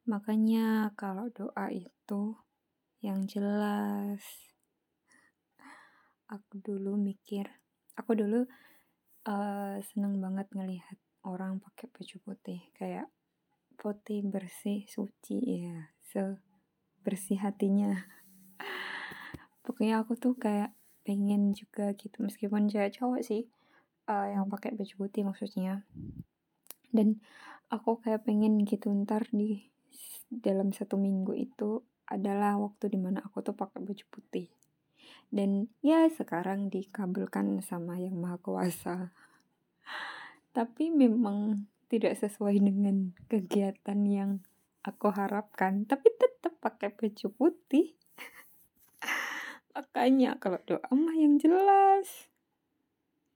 Makanya kalau doa itu yang jelas. Aku dulu seneng banget ngelihat orang pakai baju putih, kayak putih, bersih, suci, ya, sebersih hatinya. Pokoknya aku tuh kayak pengen juga gitu, meskipun cewek cowok sih, yang pakai baju putih maksudnya. Dan aku kayak pengen gitu ntar dalam 1 minggu itu adalah waktu dimana aku tuh pakai baju putih. Dan ya sekarang dikabulkan sama Yang Maha Kuasa. Tapi memang tidak sesuai dengan kegiatan yang aku harapkan. Tapi tetap pakai baju putih. Makanya kalau doa mah yang jelas.